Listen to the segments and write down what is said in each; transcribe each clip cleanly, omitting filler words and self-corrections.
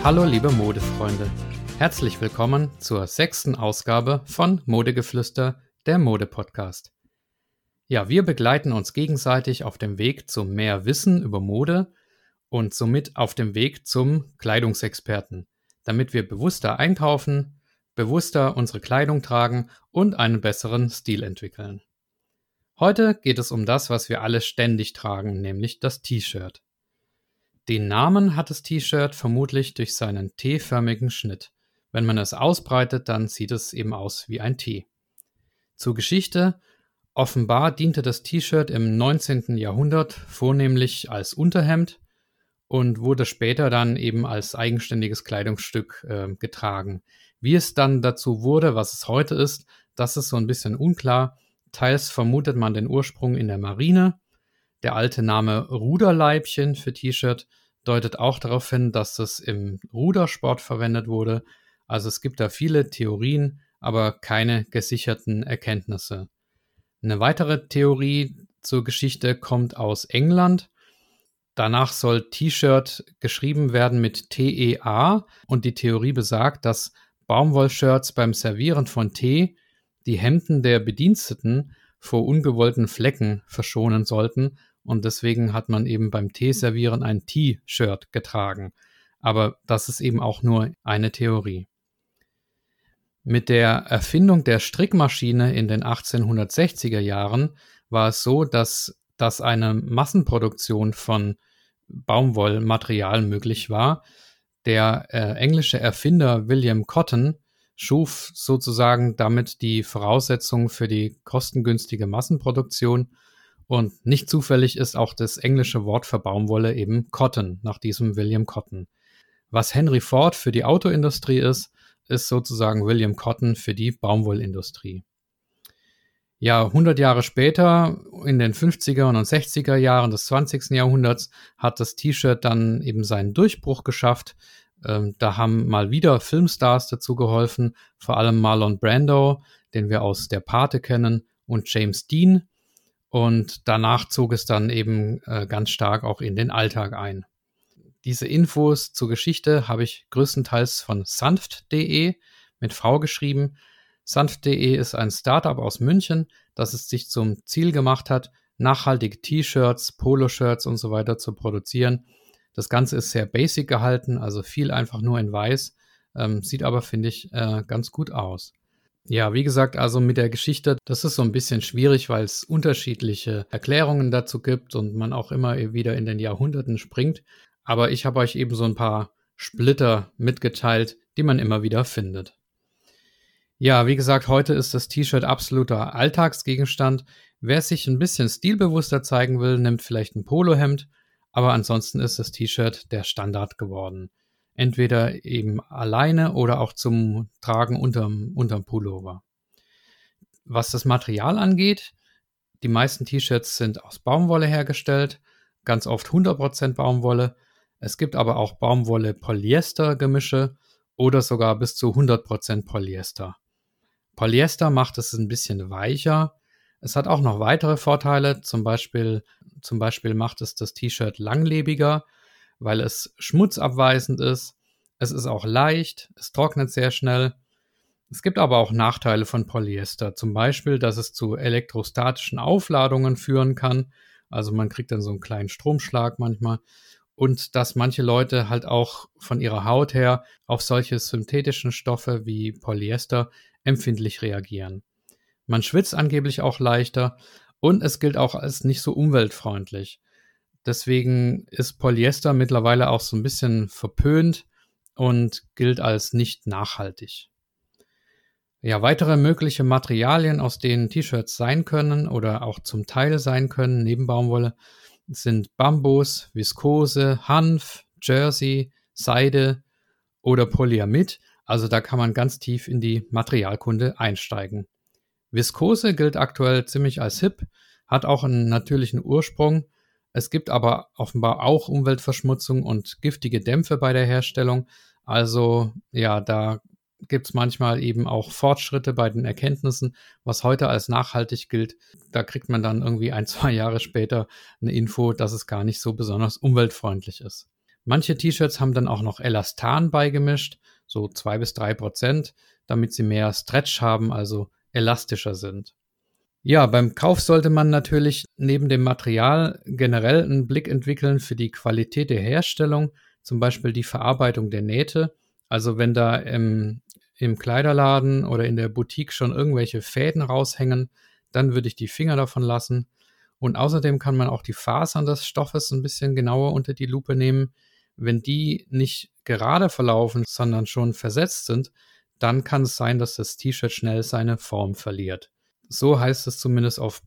Hallo liebe Modefreunde, herzlich willkommen zur 6. Ausgabe von Modegeflüster, der Mode-Podcast. Ja, wir begleiten uns gegenseitig auf dem Weg zu mehr Wissen über Mode und somit auf dem Weg zum Kleidungsexperten, damit wir bewusster einkaufen, bewusster unsere Kleidung tragen und einen besseren Stil entwickeln. Heute geht es um das, was wir alle ständig tragen, nämlich das T-Shirt. Den Namen hat das T-Shirt vermutlich durch seinen T-förmigen Schnitt. Wenn man es ausbreitet, dann sieht es eben aus wie ein T. Zur Geschichte: Offenbar diente das T-Shirt im 19. Jahrhundert vornehmlich als Unterhemd und wurde später dann eben als eigenständiges Kleidungsstück getragen. Wie es dann dazu wurde, was es heute ist, das ist so ein bisschen unklar. Teils vermutet man den Ursprung in der Marine. Der alte Name Ruderleibchen für T-Shirt deutet auch darauf hin, dass es im Rudersport verwendet wurde. Also es gibt da viele Theorien, aber keine gesicherten Erkenntnisse. Eine weitere Theorie zur Geschichte kommt aus England. Danach soll T-Shirt geschrieben werden mit T-E-A und die Theorie besagt, dass Baumwollshirts beim Servieren von Tee die Hemden der Bediensteten vor ungewollten Flecken verschonen sollten und deswegen hat man eben beim Teeservieren ein T-Shirt getragen. Aber das ist eben auch nur eine Theorie. Mit der Erfindung der Strickmaschine in den 1860er Jahren war es so, dass eine Massenproduktion von Baumwollmaterial möglich war. Der englische Erfinder William Cotton schuf sozusagen damit die Voraussetzungen für die kostengünstige Massenproduktion und nicht zufällig ist auch das englische Wort für Baumwolle eben Cotton, nach diesem William Cotton. Was Henry Ford für die Autoindustrie ist sozusagen William Cotton für die Baumwollindustrie. Ja, 100 Jahre später, in den 50er und 60er Jahren des 20. Jahrhunderts, hat das T-Shirt dann eben seinen Durchbruch geschafft. Da haben mal wieder Filmstars dazu geholfen, vor allem Marlon Brando, den wir aus Der Pate kennen, und James Dean. Und danach zog es dann eben ganz stark auch in den Alltag ein. Diese Infos zur Geschichte habe ich größtenteils von sanft.de mit V geschrieben. Sanft.de ist ein Startup aus München, das es sich zum Ziel gemacht hat, nachhaltige T-Shirts, Poloshirts und so weiter zu produzieren. Das Ganze ist sehr basic gehalten, also viel einfach nur in weiß, sieht aber, finde ich, ganz gut aus. Ja, wie gesagt, also mit der Geschichte, das ist so ein bisschen schwierig, weil es unterschiedliche Erklärungen dazu gibt und man auch immer wieder in den Jahrhunderten springt. Aber ich habe euch eben so ein paar Splitter mitgeteilt, die man immer wieder findet. Ja, wie gesagt, heute ist das T-Shirt absoluter Alltagsgegenstand. Wer sich ein bisschen stilbewusster zeigen will, nimmt vielleicht ein Polohemd, aber ansonsten ist das T-Shirt der Standard geworden. Entweder eben alleine oder auch zum Tragen unterm Pullover. Was das Material angeht, die meisten T-Shirts sind aus Baumwolle hergestellt, ganz oft 100% Baumwolle. Es gibt aber auch Baumwolle-Polyester-Gemische oder sogar bis zu 100% Polyester. Polyester macht es ein bisschen weicher. Es hat auch noch weitere Vorteile, zum Beispiel macht es das T-Shirt langlebiger, weil es schmutzabweisend ist. Es ist auch leicht, es trocknet sehr schnell. Es gibt aber auch Nachteile von Polyester, zum Beispiel, dass es zu elektrostatischen Aufladungen führen kann. Also man kriegt dann so einen kleinen Stromschlag manchmal. Und dass manche Leute halt auch von ihrer Haut her auf solche synthetischen Stoffe wie Polyester empfindlich reagieren. Man schwitzt angeblich auch leichter und es gilt auch als nicht so umweltfreundlich. Deswegen ist Polyester mittlerweile auch so ein bisschen verpönt und gilt als nicht nachhaltig. Ja, weitere mögliche Materialien, aus denen T-Shirts sein können oder auch zum Teil sein können, neben Baumwolle, sind Bambus, Viskose, Hanf, Jersey, Seide oder Polyamid. Also da kann man ganz tief in die Materialkunde einsteigen. Viskose gilt aktuell ziemlich als hip, hat auch einen natürlichen Ursprung. Es gibt aber offenbar auch Umweltverschmutzung und giftige Dämpfe bei der Herstellung. Also ja, da gibt es manchmal eben auch Fortschritte bei den Erkenntnissen, was heute als nachhaltig gilt. Da kriegt man dann irgendwie 1-2 Jahre später eine Info, dass es gar nicht so besonders umweltfreundlich ist. Manche T-Shirts haben dann auch noch Elastan beigemischt, so 2-3%, damit sie mehr Stretch haben, also elastischer sind. Ja, beim Kauf sollte man natürlich neben dem Material generell einen Blick entwickeln für die Qualität der Herstellung, zum Beispiel die Verarbeitung der Nähte. Also wenn da im Kleiderladen oder in der Boutique schon irgendwelche Fäden raushängen, dann würde ich die Finger davon lassen. Und außerdem kann man auch die Fasern des Stoffes ein bisschen genauer unter die Lupe nehmen. Wenn die nicht gerade verlaufen, sondern schon versetzt sind, dann kann es sein, dass das T-Shirt schnell seine Form verliert. So heißt es zumindest auf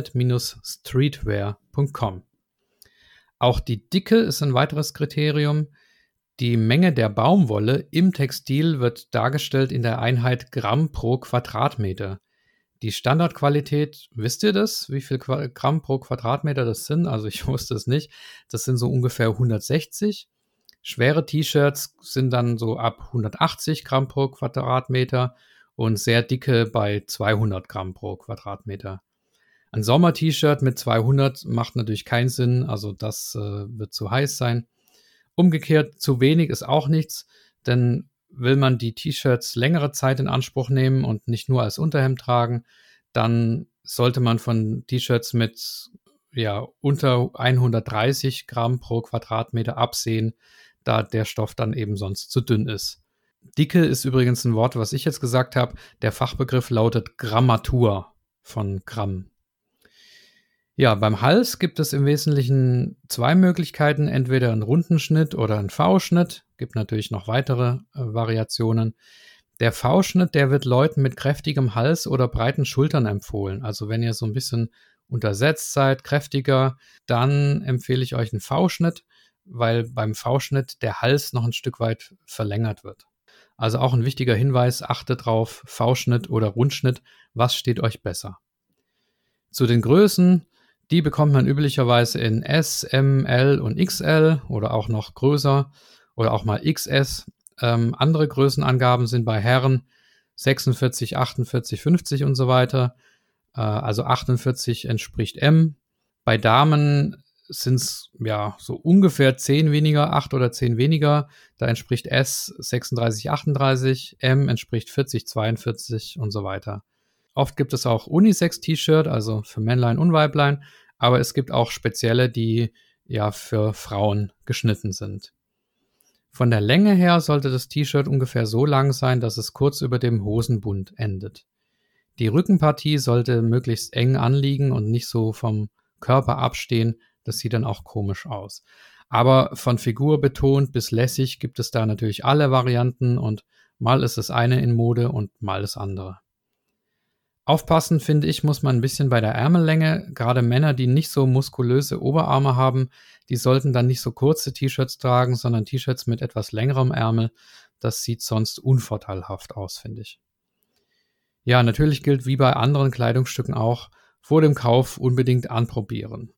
planet-streetwear.com. Auch die Dicke ist ein weiteres Kriterium. Die Menge der Baumwolle im Textil wird dargestellt in der Einheit Gramm pro Quadratmeter. Die Standardqualität, wisst ihr das? Wie viel Gramm pro Quadratmeter das sind? Also ich wusste es nicht. Das sind so ungefähr 160. Schwere T-Shirts sind dann so ab 180 Gramm pro Quadratmeter und sehr dicke bei 200 Gramm pro Quadratmeter. Ein Sommer-T-Shirt mit 200 macht natürlich keinen Sinn, also das wird zu heiß sein. Umgekehrt, zu wenig ist auch nichts, denn will man die T-Shirts längere Zeit in Anspruch nehmen und nicht nur als Unterhemd tragen, dann sollte man von T-Shirts mit unter 130 Gramm pro Quadratmeter absehen, da der Stoff dann eben sonst zu dünn ist. Dicke ist übrigens ein Wort, was ich jetzt gesagt habe. Der Fachbegriff lautet Grammatur von Gramm. Ja, beim Hals gibt es im Wesentlichen zwei Möglichkeiten, entweder einen runden Schnitt oder einen V-Schnitt. Gibt natürlich noch weitere Variationen. Der V-Schnitt, der wird Leuten mit kräftigem Hals oder breiten Schultern empfohlen. Also wenn ihr so ein bisschen untersetzt seid, kräftiger, dann empfehle ich euch einen V-Schnitt, weil beim V-Schnitt der Hals noch ein Stück weit verlängert wird. Also auch ein wichtiger Hinweis, achtet drauf, V-Schnitt oder Rundschnitt, was steht euch besser? Zu den Größen, die bekommt man üblicherweise in S, M, L und XL oder auch noch größer oder auch mal XS. Andere Größenangaben sind bei Herren 46, 48, 50 und so weiter. Also 48 entspricht M. Bei Damen sind es so ungefähr 10 weniger, 8 oder 10 weniger. Da entspricht S 36, 38, M entspricht 40, 42 und so weiter. Oft gibt es auch Unisex-T-Shirt, also für Männlein und Weiblein, aber es gibt auch spezielle, die für Frauen geschnitten sind. Von der Länge her sollte das T-Shirt ungefähr so lang sein, dass es kurz über dem Hosenbund endet. Die Rückenpartie sollte möglichst eng anliegen und nicht so vom Körper abstehen. Das sieht dann auch komisch aus. Aber von Figur betont bis lässig gibt es da natürlich alle Varianten und mal ist das eine in Mode und mal das andere. Aufpassen, finde ich, muss man ein bisschen bei der Ärmellänge. Gerade Männer, die nicht so muskulöse Oberarme haben, die sollten dann nicht so kurze T-Shirts tragen, sondern T-Shirts mit etwas längerem Ärmel. Das sieht sonst unvorteilhaft aus, finde ich. Ja, natürlich gilt wie bei anderen Kleidungsstücken auch, vor dem Kauf unbedingt anprobieren.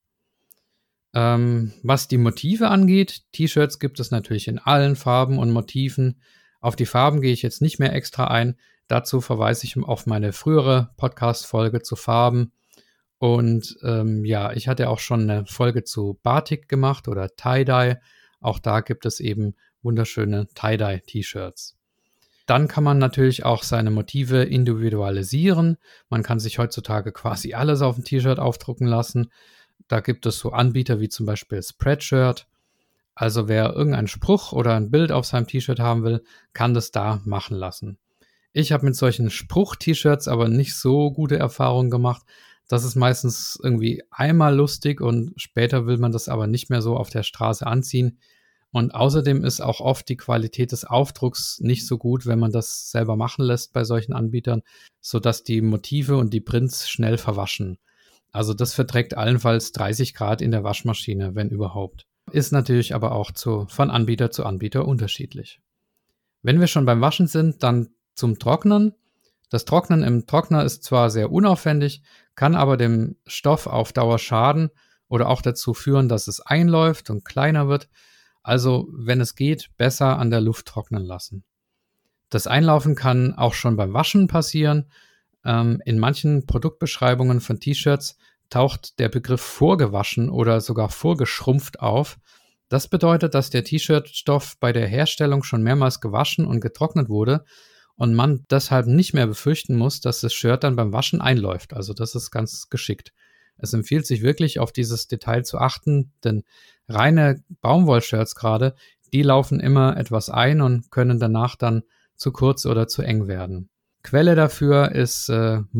Was die Motive angeht, T-Shirts gibt es natürlich in allen Farben und Motiven. Auf die Farben gehe ich jetzt nicht mehr extra ein. Dazu verweise ich auf meine frühere Podcast-Folge zu Farben. Und ich hatte auch schon eine Folge zu Batik gemacht oder Tie-Dye. Auch da gibt es eben wunderschöne Tie-Dye-T-Shirts. Dann kann man natürlich auch seine Motive individualisieren. Man kann sich heutzutage quasi alles auf ein T-Shirt aufdrucken lassen. Da gibt es so Anbieter wie zum Beispiel Spreadshirt. Also wer irgendeinen Spruch oder ein Bild auf seinem T-Shirt haben will, kann das da machen lassen. Ich habe mit solchen Spruch-T-Shirts aber nicht so gute Erfahrungen gemacht. Das ist meistens irgendwie einmal lustig und später will man das aber nicht mehr so auf der Straße anziehen. Und außerdem ist auch oft die Qualität des Aufdrucks nicht so gut, wenn man das selber machen lässt bei solchen Anbietern, sodass die Motive und die Prints schnell verwaschen. Also das verträgt allenfalls 30 Grad in der Waschmaschine, wenn überhaupt. Ist natürlich aber auch von Anbieter zu Anbieter unterschiedlich. Wenn wir schon beim Waschen sind, dann zum Trocknen. Das Trocknen im Trockner ist zwar sehr unaufwendig, kann aber dem Stoff auf Dauer schaden oder auch dazu führen, dass es einläuft und kleiner wird. Also, wenn es geht, besser an der Luft trocknen lassen. Das Einlaufen kann auch schon beim Waschen passieren. In manchen Produktbeschreibungen von T-Shirts taucht der Begriff vorgewaschen oder sogar vorgeschrumpft auf. Das bedeutet, dass der T-Shirt-Stoff bei der Herstellung schon mehrmals gewaschen und getrocknet wurde und man deshalb nicht mehr befürchten muss, dass das Shirt dann beim Waschen einläuft. Also das ist ganz geschickt. Es empfiehlt sich wirklich, auf dieses Detail zu achten, denn reine Baumwollshirts gerade, die laufen immer etwas ein und können danach dann zu kurz oder zu eng werden. Quelle dafür ist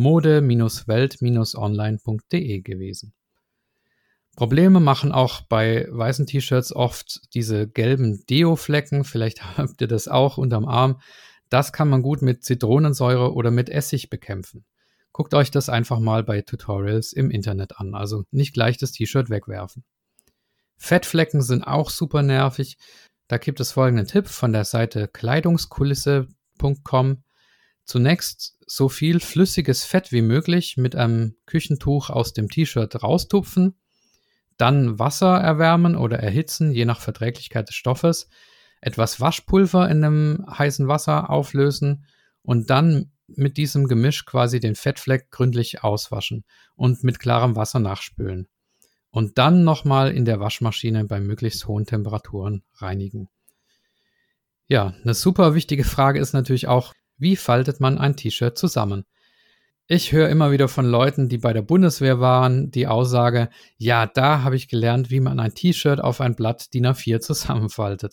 mode-welt-online.de gewesen. Probleme machen auch bei weißen T-Shirts oft diese gelben Deo-Flecken. Vielleicht habt ihr das auch unterm Arm. Das kann man gut mit Zitronensäure oder mit Essig bekämpfen. Guckt euch das einfach mal bei Tutorials im Internet an. Also nicht gleich das T-Shirt wegwerfen. Fettflecken sind auch super nervig. Da gibt es folgenden Tipp von der Seite kleidungskulisse.com. Zunächst so viel flüssiges Fett wie möglich mit einem Küchentuch aus dem T-Shirt raustupfen, dann Wasser erwärmen oder erhitzen, je nach Verträglichkeit des Stoffes, etwas Waschpulver in einem heißen Wasser auflösen und dann mit diesem Gemisch quasi den Fettfleck gründlich auswaschen und mit klarem Wasser nachspülen. Und dann nochmal in der Waschmaschine bei möglichst hohen Temperaturen reinigen. Ja, eine super wichtige Frage ist natürlich auch, wie faltet man ein T-Shirt zusammen? Ich höre immer wieder von Leuten, die bei der Bundeswehr waren, die Aussage, ja, da habe ich gelernt, wie man ein T-Shirt auf ein Blatt DIN A4 zusammenfaltet.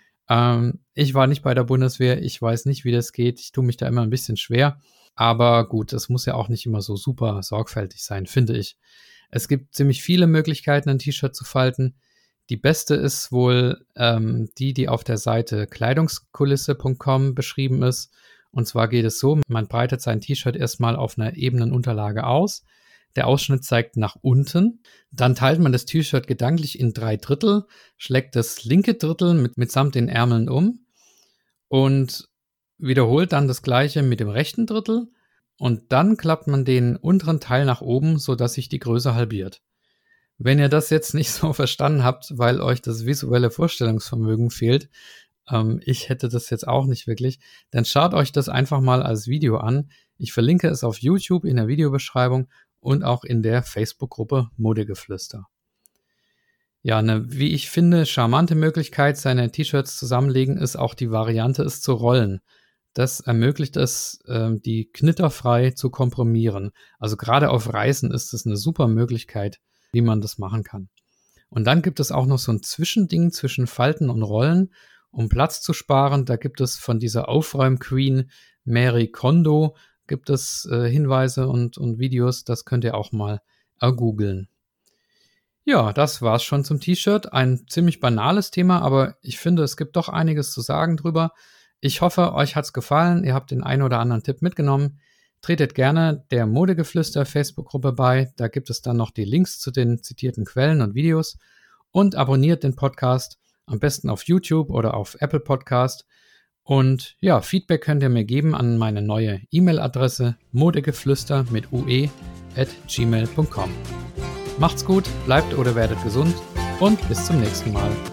Ich war nicht bei der Bundeswehr, ich weiß nicht, wie das geht, ich tue mich da immer ein bisschen schwer, aber gut, es muss ja auch nicht immer so super sorgfältig sein, finde ich. Es gibt ziemlich viele Möglichkeiten, ein T-Shirt zu falten. Die beste ist wohl die auf der Seite kleidungskulisse.com beschrieben ist. Und zwar geht es so, man breitet sein T-Shirt erstmal auf einer ebenen Unterlage aus. Der Ausschnitt zeigt nach unten. Dann teilt man das T-Shirt gedanklich in 3 Drittel, schlägt das linke Drittel mitsamt den Ärmeln um und wiederholt dann das gleiche mit dem rechten Drittel. Und dann klappt man den unteren Teil nach oben, sodass sich die Größe halbiert. Wenn ihr das jetzt nicht so verstanden habt, weil euch das visuelle Vorstellungsvermögen fehlt, ich hätte das jetzt auch nicht wirklich, dann schaut euch das einfach mal als Video an. Ich verlinke es auf YouTube in der Videobeschreibung und auch in der Facebook-Gruppe Modegeflüster. Ja, eine, wie ich finde, charmante Möglichkeit, seine T-Shirts zusammenlegen, ist auch die Variante, es zu rollen. Das ermöglicht es, die knitterfrei zu komprimieren. Also gerade auf Reisen ist es eine super Möglichkeit, wie man das machen kann. Und dann gibt es auch noch so ein Zwischending zwischen Falten und Rollen, um Platz zu sparen. Da gibt es von dieser Aufräum-Queen Mary Kondo gibt es Hinweise und Videos. Das könnt ihr auch mal googeln. Ja, das war's schon zum T-Shirt. Ein ziemlich banales Thema, aber ich finde, es gibt doch einiges zu sagen drüber. Ich hoffe, euch hat's gefallen. Ihr habt den einen oder anderen Tipp mitgenommen. Tretet gerne der Modegeflüster Facebook-Gruppe bei. Da gibt es dann noch die Links zu den zitierten Quellen und Videos. Und abonniert den Podcast am besten auf YouTube oder auf Apple Podcast. Und ja, Feedback könnt ihr mir geben an meine neue E-Mail-Adresse modegeflüster@gmail.com. Macht's gut, bleibt oder werdet gesund und bis zum nächsten Mal.